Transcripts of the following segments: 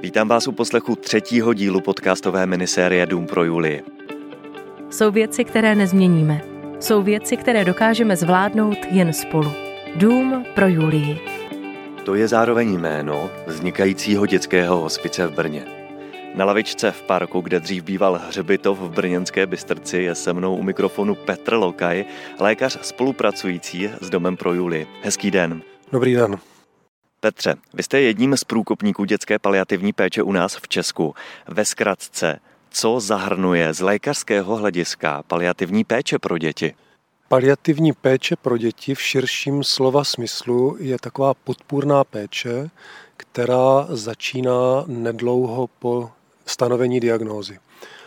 Vítám vás u poslechu 3. dílu podcastové minisérie Dům pro Julii. Jsou věci, které nezměníme. Jsou věci, které dokážeme zvládnout jen spolu. Dům pro Julii. To je zároveň jméno vznikajícího dětského hospice v Brně. Na lavičce v parku, kde dřív býval hřbitov v brněnské Bystrci, je se mnou u mikrofonu Petr Lokaj, lékař spolupracující s Domem pro Julii. Hezký den. Dobrý den. Petře, vy jste jedním z průkopníků dětské paliativní péče u nás v Česku. Ve zkratce, co zahrnuje z lékařského hlediska paliativní péče pro děti? Paliativní péče pro děti v širším slova smyslu je taková podpůrná péče, která začíná nedlouho po stanovení diagnózy.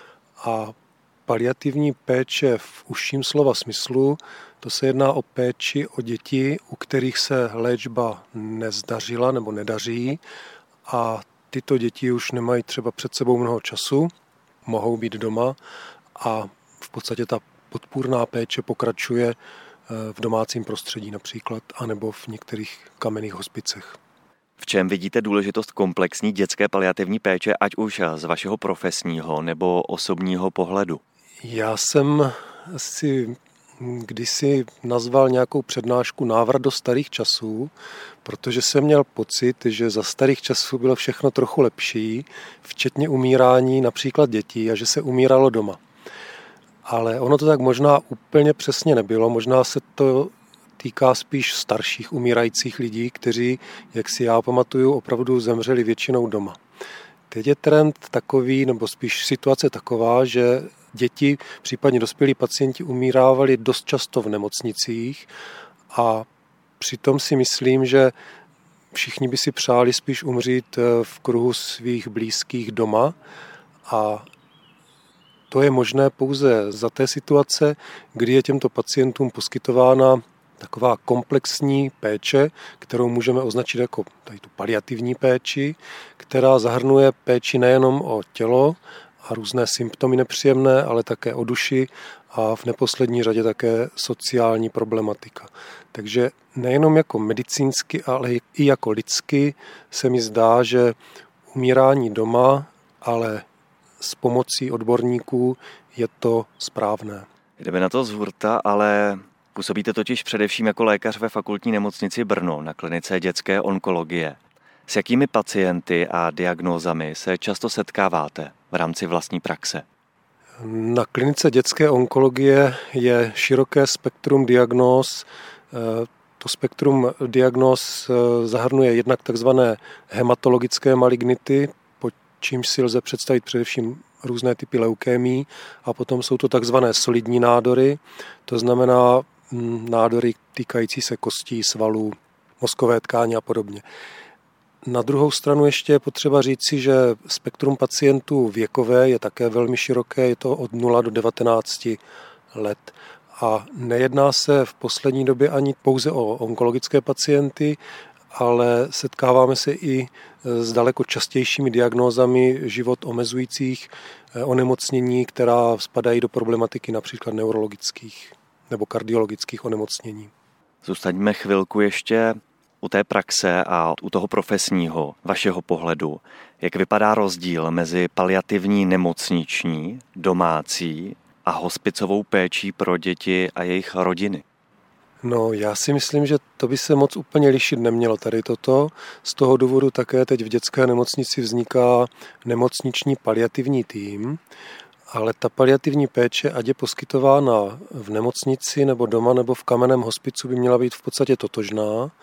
A paliativní péče v užším slova smyslu, to se jedná o péči o děti, u kterých se léčba nezdařila nebo nedaří a tyto děti už nemají třeba před sebou mnoho času, mohou být doma a v podstatě ta podpůrná péče pokračuje v domácím prostředí například, anebo v některých kamenných hospicech. V čem vidíte důležitost komplexní dětské paliativní péče, ať už z vašeho profesního nebo osobního pohledu? Já jsem si kdysi nazval nějakou přednášku Návrat do starých časů, protože jsem měl pocit, že za starých časů bylo všechno trochu lepší, včetně umírání například dětí a že se umíralo doma. Ale ono to tak možná úplně přesně nebylo, možná se to týká spíš starších umírajících lidí, kteří, jak si já pamatuju, opravdu zemřeli většinou doma. Teď je trend takový, nebo spíš situace taková, že děti, případně dospělí pacienti umírávali dost často v nemocnicích a přitom si myslím, že všichni by si přáli spíš umřít v kruhu svých blízkých doma a to je možné pouze za té situace, kdy je těmto pacientům poskytována taková komplexní péče, kterou můžeme označit jako tady tu paliativní péči, která zahrnuje péči nejenom o tělo a různé symptomy nepříjemné, ale také o duši a v neposlední řadě také sociální problematika. Takže nejenom jako medicínsky, ale i jako lidsky se mi zdá, že umírání doma, ale s pomocí odborníků je to správné. Jdeme na to z hurta, ale působíte totiž především jako lékař ve fakultní nemocnici Brno na klinice dětské onkologie. S jakými pacienty a diagnózami se často setkáváte v rámci vlastní praxe? Na klinice dětské onkologie je široké spektrum diagnóz. To spektrum diagnóz zahrnuje jednak takzvané hematologické malignity, pod čímž si lze představit především různé typy leukémií, a potom jsou to takzvané solidní nádory, to znamená nádory týkající se kostí, svalů, mozkové tkáně a podobně. Na druhou stranu ještě je potřeba říci, že spektrum pacientů věkové je také velmi široké, je to od 0 do 19 let. A nejedná se v poslední době ani pouze o onkologické pacienty, ale setkáváme se i s daleko častějšími diagnózami život omezujících onemocnění, která spadají do problematiky například neurologických nebo kardiologických onemocnění. Zůstaňme chvilku ještě u té praxe a u toho profesního vašeho pohledu. Jak vypadá rozdíl mezi paliativní nemocniční, domácí a hospicovou péčí pro děti a jejich rodiny? No, já si myslím, že to by se moc úplně lišit nemělo tady toto. Z toho důvodu také teď v dětské nemocnici vzniká nemocniční paliativní tým, ale ta paliativní péče, ať je poskytována v nemocnici nebo doma nebo v kamenném hospicu, by měla být v podstatě totožná.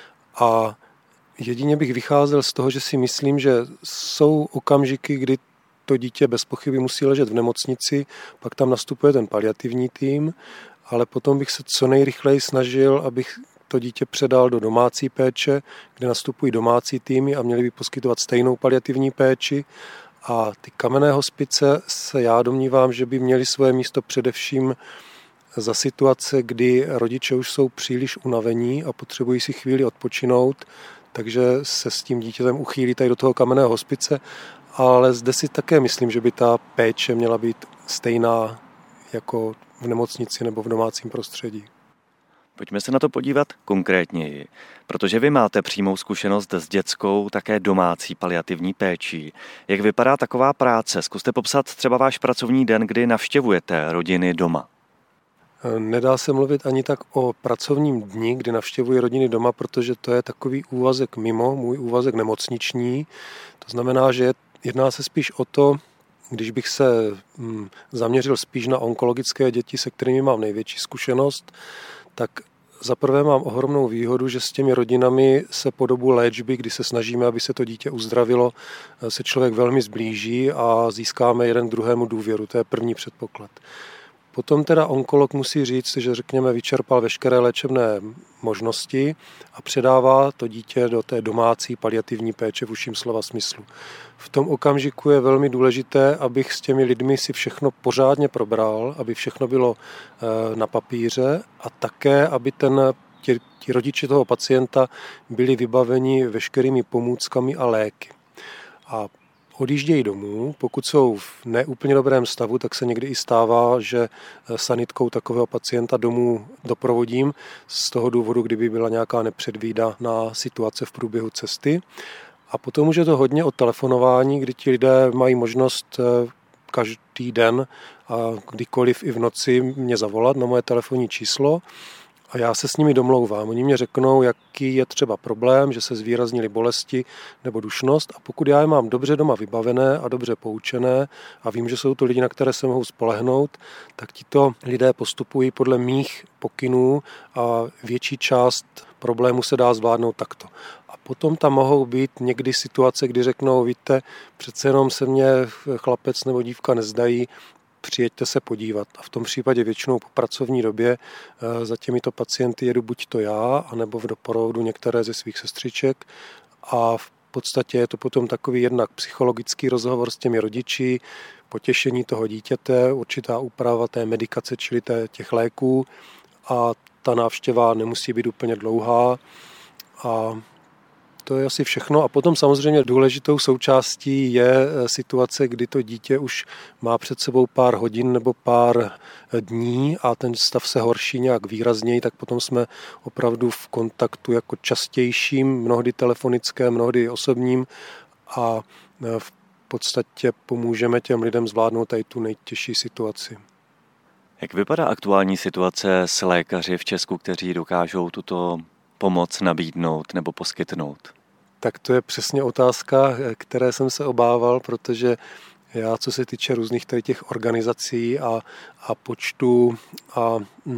A jedině bych vycházel z toho, že si myslím, že jsou okamžiky, kdy to dítě bez pochyby musí ležet v nemocnici, pak tam nastupuje ten paliativní tým, ale potom bych se co nejrychleji snažil, abych to dítě předal do domácí péče, kde nastupují domácí týmy a měli by poskytovat stejnou paliativní péči. A ty kamenné hospice se já domnívám, že by měly svoje místo především za situace, kdy rodiče už jsou příliš unavení a potřebují si chvíli odpočinout, takže se s tím dítětem uchýlí tady do toho kamenného hospice, ale zde si také myslím, že by ta péče měla být stejná jako v nemocnici nebo v domácím prostředí. Pojďme se na to podívat konkrétněji, protože vy máte přímou zkušenost s dětskou, také domácí paliativní péčí. Jak vypadá taková práce? Zkuste popsat třeba váš pracovní den, kdy navštěvujete rodiny doma. Nedá se mluvit ani tak o pracovním dni, kdy navštěvuji rodiny doma, protože to je takový úvazek mimo, můj úvazek nemocniční. To znamená, že jedná se spíš o to, když bych se zaměřil spíš na onkologické děti, se kterými mám největší zkušenost, tak za prvé mám ohromnou výhodu, že s těmi rodinami se po dobu léčby, kdy se snažíme, aby se to dítě uzdravilo, se člověk velmi zblíží a získáme jeden druhému důvěru. To je první předpoklad. Potom teda onkolog musí říct, že řekněme vyčerpal veškeré léčebné možnosti a předává to dítě do té domácí paliativní péče v užším slova smyslu. V tom okamžiku je velmi důležité, abych s těmi lidmi si všechno pořádně probral, aby všechno bylo na papíře a také, aby ti rodiče toho pacienta byli vybaveni veškerými pomůckami a léky. A odjíždějí domů, pokud jsou v neúplně dobrém stavu, tak se někdy i stává, že sanitkou takového pacienta domů doprovodím z toho důvodu, kdyby byla nějaká nepředvídaná situace v průběhu cesty. A potom už je to hodně o telefonování, kdy ti lidé mají možnost každý den a kdykoliv i v noci mě zavolat na moje telefonní číslo a já se s nimi domlouvám. Oni mě řeknou, jaký je třeba problém, že se zvýraznily bolesti nebo dušnost a pokud já je mám dobře doma vybavené a dobře poučené a vím, že jsou to lidi, na které se mohou spolehnout, tak tito lidé postupují podle mých pokynů a větší část problému se dá zvládnout takto. A potom tam mohou být někdy situace, kdy řeknou, víte, přece jenom se mě chlapec nebo dívka nezdají, přijeďte se podívat. A v tom případě většinou po pracovní době za těmito pacienty jedu buď to já, anebo v doprovodu některé ze svých sestřiček a v podstatě je to potom takový jednak psychologický rozhovor s těmi rodiči, potěšení toho dítěte, určitá úprava té medikace, čili těch léků a ta návštěva nemusí být úplně dlouhá a to je asi všechno. A potom samozřejmě důležitou součástí je situace, kdy to dítě už má před sebou pár hodin nebo pár dní a ten stav se horší nějak výrazněji, tak potom jsme opravdu v kontaktu jako častějším, mnohdy telefonickém, mnohdy osobním a v podstatě pomůžeme těm lidem zvládnout tady tu nejtěžší situaci. Jak vypadá aktuální situace s lékaři v Česku, kteří dokážou tuto pomoc nabídnout nebo poskytnout? Tak to je přesně otázka, které jsem se obával, protože já, co se týče různých těch organizací a počtu a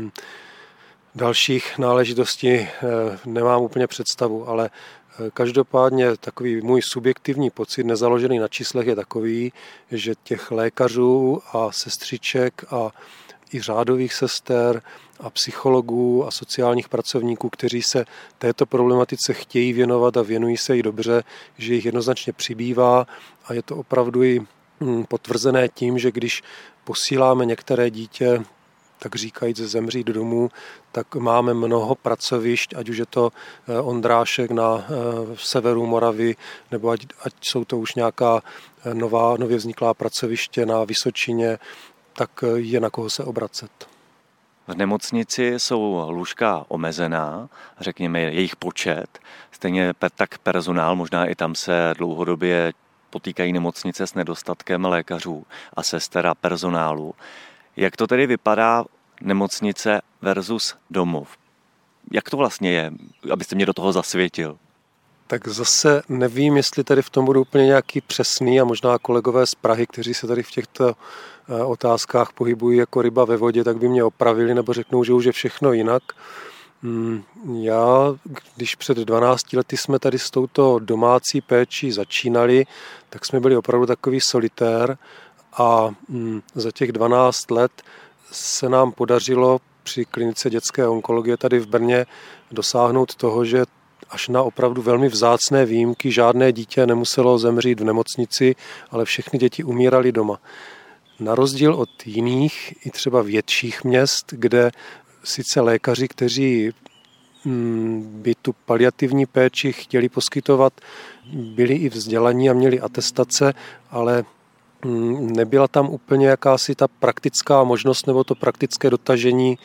dalších náležitostí, nemám úplně představu, ale každopádně takový můj subjektivní pocit, nezaložený na číslech, je takový, že těch lékařů a sestřiček a i řádových sester a psychologů a sociálních pracovníků, kteří se této problematice chtějí věnovat a věnují se jí dobře, že jich jednoznačně přibývá a je to opravdu i potvrzené tím, že když posíláme některé dítě, tak říkajíc zemřít domů, tak máme mnoho pracovišť, ať už je to Ondrášek na severu Moravy, nebo ať jsou to už nějaká nově vzniklá pracoviště na Vysočině, tak je na koho se obracet. V nemocnici jsou lůžka omezená, řekněme jejich počet, stejně tak personál, možná i tam se dlouhodobě potýkají nemocnice s nedostatkem lékařů a sester a personálu. Jak to tedy vypadá nemocnice versus domov? Jak to vlastně je, abyste mě do toho zasvětil? Tak zase nevím, jestli tady v tom budou úplně nějaký přesný a možná kolegové z Prahy, kteří se tady v těchto otázkách pohybují jako ryba ve vodě, tak by mě opravili nebo řeknou, že už je všechno jinak. Já, když před 12 lety jsme tady s touto domácí péčí začínali, tak jsme byli opravdu takový solitér a za těch 12 let se nám podařilo při klinice dětské onkologie tady v Brně dosáhnout toho, že až na opravdu velmi vzácné výjimky žádné dítě nemuselo zemřít v nemocnici, ale všechny děti umíraly doma. Na rozdíl od jiných, i třeba větších měst, kde sice lékaři, kteří by tu paliativní péči chtěli poskytovat, byli i vzdělaní a měli atestace, ale nebyla tam úplně jakási ta praktická možnost nebo to praktické dotažení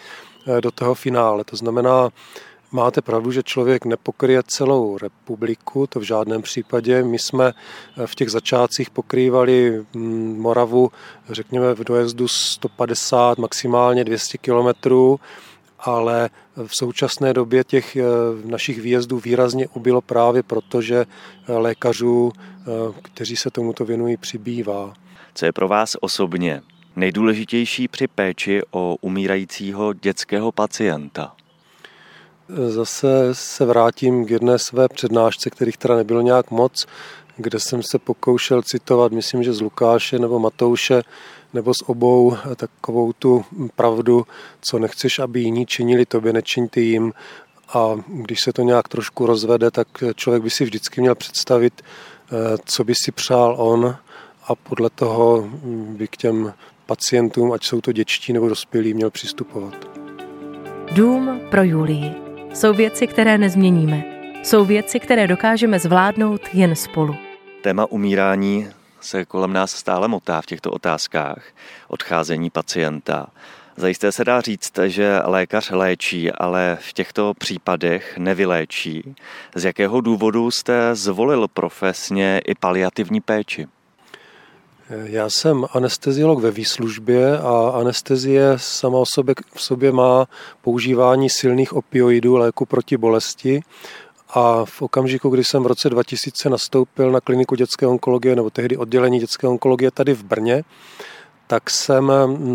do toho finále. To znamená, máte pravdu, že člověk nepokryje celou republiku, to v žádném případě. My jsme v těch začátcích pokrývali Moravu, řekněme, v dojezdu 150, maximálně 200 kilometrů, ale v současné době těch našich výjezdů výrazně ubylo právě proto, že lékařů, kteří se tomuto věnují, přibývá. Co je pro vás osobně nejdůležitější při péči o umírajícího dětského pacienta? Zase se vrátím k jedné své přednášce, kterých teda nebylo nějak moc, kde jsem se pokoušel citovat, myslím, že z Lukáše nebo Matouše, nebo z obou takovou tu pravdu, co nechceš, aby jiní činili, tobě nečiň ty jim. A když se to nějak trošku rozvede, tak člověk by si vždycky měl představit, co by si přál on, a podle toho by k těm pacientům, ať jsou to dětští nebo dospělí, měl přistupovat. Dům pro Julii. Jsou věci, které nezměníme. Jsou věci, které dokážeme zvládnout jen spolu. Téma umírání se kolem nás stále motá v těchto otázkách. Odcházení pacienta. Zajisté se dá říct, že lékař léčí, ale v těchto případech nevyléčí. Z jakého důvodu jste zvolil profesně i paliativní péči? Já jsem anesteziolog ve výslužbě a anestezie sama v sobě má používání silných opioidů, léku proti bolesti. A v okamžiku, kdy jsem v roce 2000 nastoupil na kliniku dětské onkologie, nebo tehdy oddělení dětské onkologie tady v Brně, tak jsem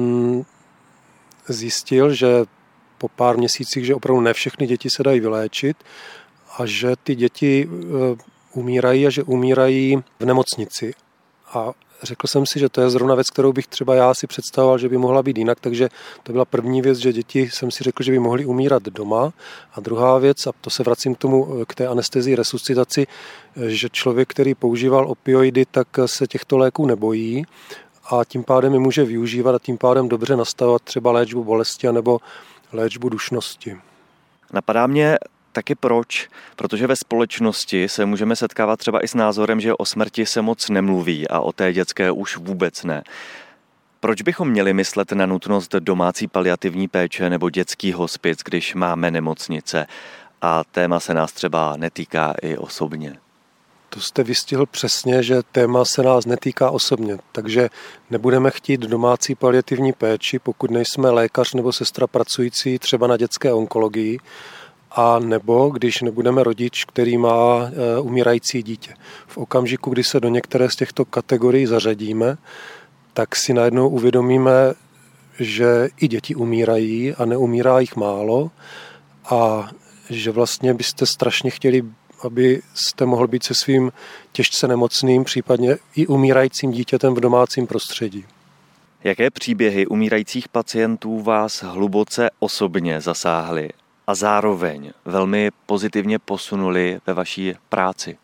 zjistil, že po pár měsících, že opravdu ne všechny děti se dají vyléčit a že ty děti umírají a že umírají v nemocnici. A řekl jsem si, že to je zrovna věc, kterou bych třeba já si představoval, že by mohla být jinak, takže to byla první věc, že děti jsem si řekl, že by mohly umírat doma. A druhá věc, a to se vracím k té anestezii, resuscitaci, že člověk, který používal opioidy, tak se těchto léků nebojí a tím pádem je může využívat a tím pádem dobře nastavovat třeba léčbu bolesti nebo léčbu dušnosti. Napadá mě taky proč? Protože ve společnosti se můžeme setkávat třeba i s názorem, že o smrti se moc nemluví a o té dětské už vůbec ne. Proč bychom měli myslet na nutnost domácí paliativní péče nebo dětský hospic, když máme nemocnice a téma se nás třeba netýká i osobně? To jste vystihl přesně, že téma se nás netýká osobně, takže nebudeme chtít domácí paliativní péči, pokud nejsme lékař nebo sestra pracující třeba na dětské onkologii, a nebo když nebudeme rodič, který má umírající dítě. V okamžiku, kdy se do některé z těchto kategorií zařadíme, tak si najednou uvědomíme, že i děti umírají a neumírá jich málo a že vlastně byste strašně chtěli, abyste mohl být se svým těžce nemocným, případně i umírajícím dítětem v domácím prostředí. Jaké příběhy umírajících pacientů vás hluboce osobně zasáhly a zároveň velmi pozitivně posunuli ve vaší práci?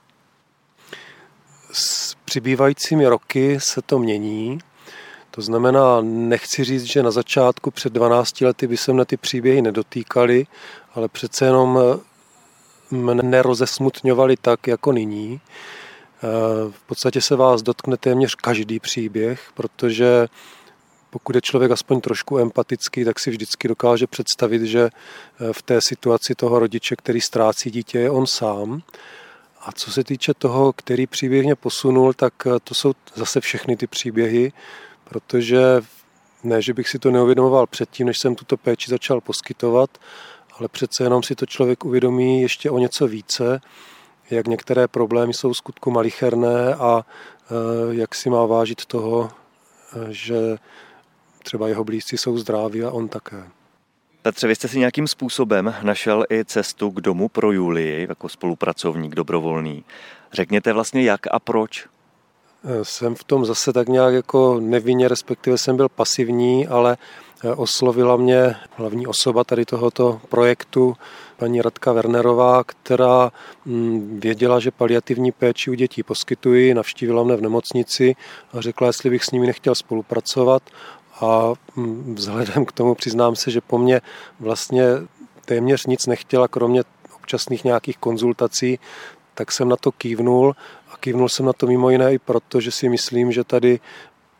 S přibývajícími roky se to mění. To znamená, nechci říct, že na začátku před 12 lety by se mne ty příběhy nedotýkaly, ale přece jenom mne nerozesmutňovaly tak, jako nyní. V podstatě se vás dotkne téměř každý příběh, protože pokud je člověk aspoň trošku empatický, tak si vždycky dokáže představit, že v té situaci toho rodiče, který ztrácí dítě, je on sám. A co se týče toho, který příběh mě posunul, tak to jsou zase všechny ty příběhy, protože ne, že bych si to neuvědomoval předtím, než jsem tuto péči začal poskytovat, ale přece jenom si to člověk uvědomí ještě o něco více, jak některé problémy jsou skutku malicherné a jak si má vážit toho, že třeba jeho blízcí jsou zdraví a on také. Petře, vy jste si nějakým způsobem našel i cestu k domu pro Julii jako spolupracovník dobrovolný. Řekněte vlastně jak a proč? Jsem v tom zase tak nějak jako nevinně, respektive jsem byl pasivní, ale oslovila mě hlavní osoba tady tohoto projektu, paní Radka Wernerová, která věděla, že paliativní péči u dětí poskytují, navštívila mne v nemocnici a řekla, jestli bych s nimi nechtěl spolupracovat. A vzhledem k tomu přiznám se, že po mně vlastně téměř nic nechtěla, kromě občasných nějakých konzultací, tak jsem na to kývnul. A kývnul jsem na to mimo jiné i proto, že si myslím, že tady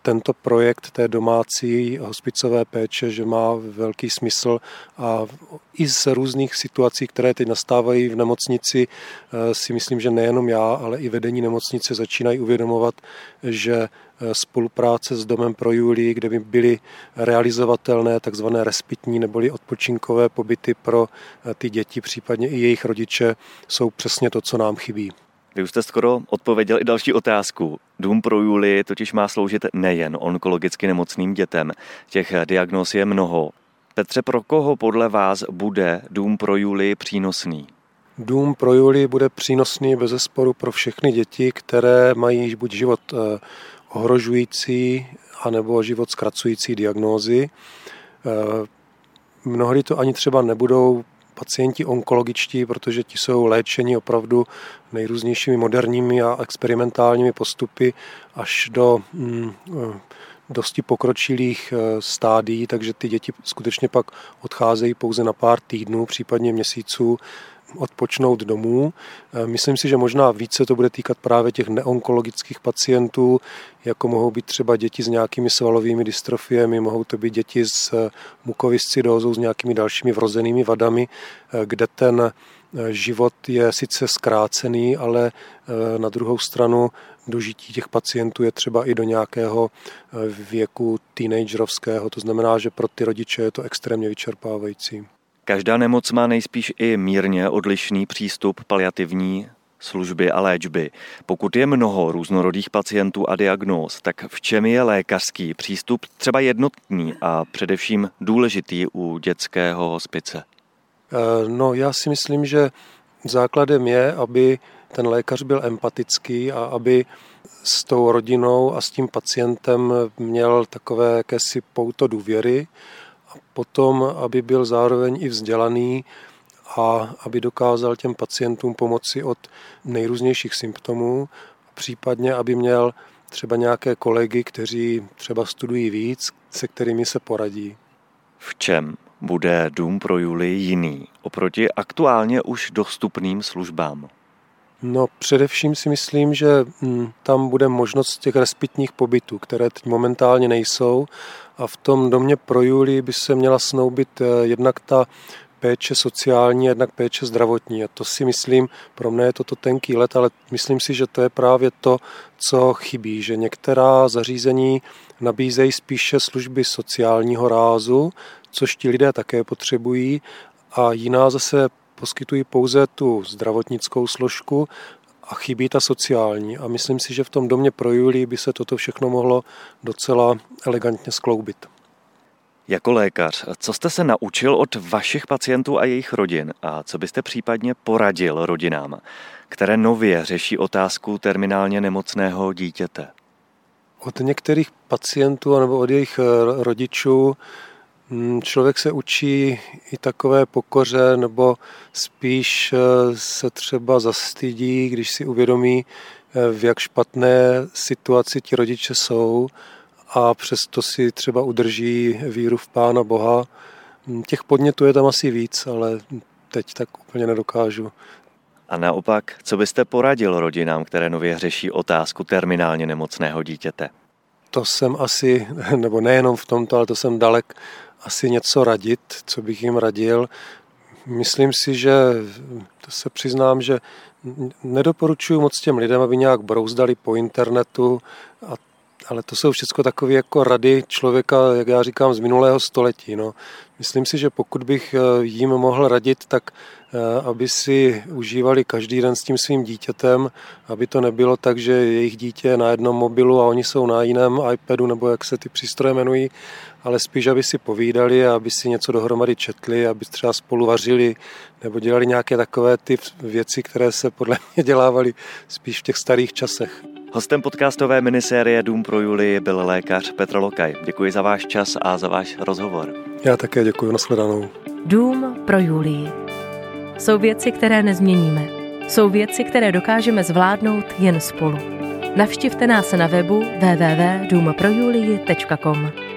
tento projekt té domácí hospicové péče, že má velký smysl a i z různých situací, které teď nastávají v nemocnici, si myslím, že nejenom já, ale i vedení nemocnice začínají uvědomovat, že spolupráce s Domem pro Julii, kde by byly realizovatelné takzvané respitní neboli odpočinkové pobyty pro ty děti, případně i jejich rodiče, jsou přesně to, co nám chybí. Vy už jste skoro odpověděl i další otázku. Dům pro Julii totiž má sloužit nejen onkologicky nemocným dětem. Těch diagnóz je mnoho. Petře, pro koho podle vás bude Dům pro Julii přínosný? Dům pro Julii bude přínosný bezesporu pro všechny děti, které mají buď život ohrožující, anebo život zkracující diagnózy. Mnohdy to ani třeba nebudou pacienti onkologičtí, protože ti jsou léčeni opravdu nejrůznějšími moderními a experimentálními postupy až do dosti pokročilých stádií, takže ty děti skutečně pak odcházejí pouze na pár týdnů, případně měsíců odpočnout domů. Myslím si, že možná více to bude týkat právě těch neonkologických pacientů, jako mohou být třeba děti s nějakými svalovými dystrofiemi, mohou to být děti s mukoviscidózou, s nějakými dalšími vrozenými vadami, kde ten život je sice zkrácený, ale na druhou stranu dožití těch pacientů je třeba i do nějakého věku teenagerovského, to znamená, že pro ty rodiče je to extrémně vyčerpávající. Každá nemoc má nejspíš i mírně odlišný přístup paliativní služby a léčby. Pokud je mnoho různorodých pacientů a diagnóz, tak v čem je lékařský přístup třeba jednotný a především důležitý u dětského hospice? No, já si myslím, že základem je, aby ten lékař byl empatický a aby s tou rodinou a s tím pacientem měl takové jakési pouto důvěry. A potom, aby byl zároveň i vzdělaný a aby dokázal těm pacientům pomoci od nejrůznějších symptomů, případně aby měl třeba nějaké kolegy, kteří třeba studují víc, se kterými se poradí. V čem bude Dům pro Julii jiný oproti aktuálně už dostupným službám? No především si myslím, že tam bude možnost těch respitních pobytů, které teď momentálně nejsou, a v tom Domě pro Julii by se měla snoubit jednak ta péče sociální, jednak péče zdravotní. A to si myslím, pro mě je to tenký led, ale myslím si, že to je právě to, co chybí, že některá zařízení nabízejí spíše služby sociálního rázu, což ti lidé také potřebují, a jiná zase poskytují pouze tu zdravotnickou složku a chybí ta sociální. A myslím si, že v tom Domě pro Julii by se toto všechno mohlo docela elegantně skloubit. Jako lékař, co jste se naučil od vašich pacientů a jejich rodin a co byste případně poradil rodinám, které nově řeší otázku terminálně nemocného dítěte? Od některých pacientů nebo od jejich rodičů člověk se učí i takové pokoře, nebo spíš se třeba zastydí, když si uvědomí, v jak špatné situaci ti rodiče jsou, a přesto si třeba udrží víru v Pána Boha. Těch podnětů je tam asi víc, ale teď tak úplně nedokážu. A naopak, co byste poradil rodinám, které nově řeší otázku terminálně nemocného dítěte? To jsem asi, nebo nejenom v tomto, ale to jsem dalek asi něco radit, co bych jim radil. Myslím si, že to se přiznám, že nedoporučuji moc těm lidem, aby nějak brouzdali po internetu, ale to jsou všechno takové jako rady člověka, jak já říkám, z minulého století. No. Myslím si, že pokud bych jim mohl radit, tak aby si užívali každý den s tím svým dítětem, aby to nebylo tak, že jejich dítě je na jednom mobilu a oni jsou na jiném iPadu, nebo jak se ty přístroje jmenují, ale spíš, aby si povídali a aby si něco dohromady četli, aby třeba spolu vařili, nebo dělali nějaké takové ty věci, které se podle mě dělávaly spíš v těch starých časech. Hostem podcastové minisérie Dům pro Julii byl lékař Petr Lokaj. Děkuji za váš čas a za váš rozhovor. Já také děkuji, nashledanou. Dům pro Julii. Jsou věci, které nezměníme. Jsou věci, které dokážeme zvládnout jen spolu. Navštivte nás na webu www.doomprojulii.com.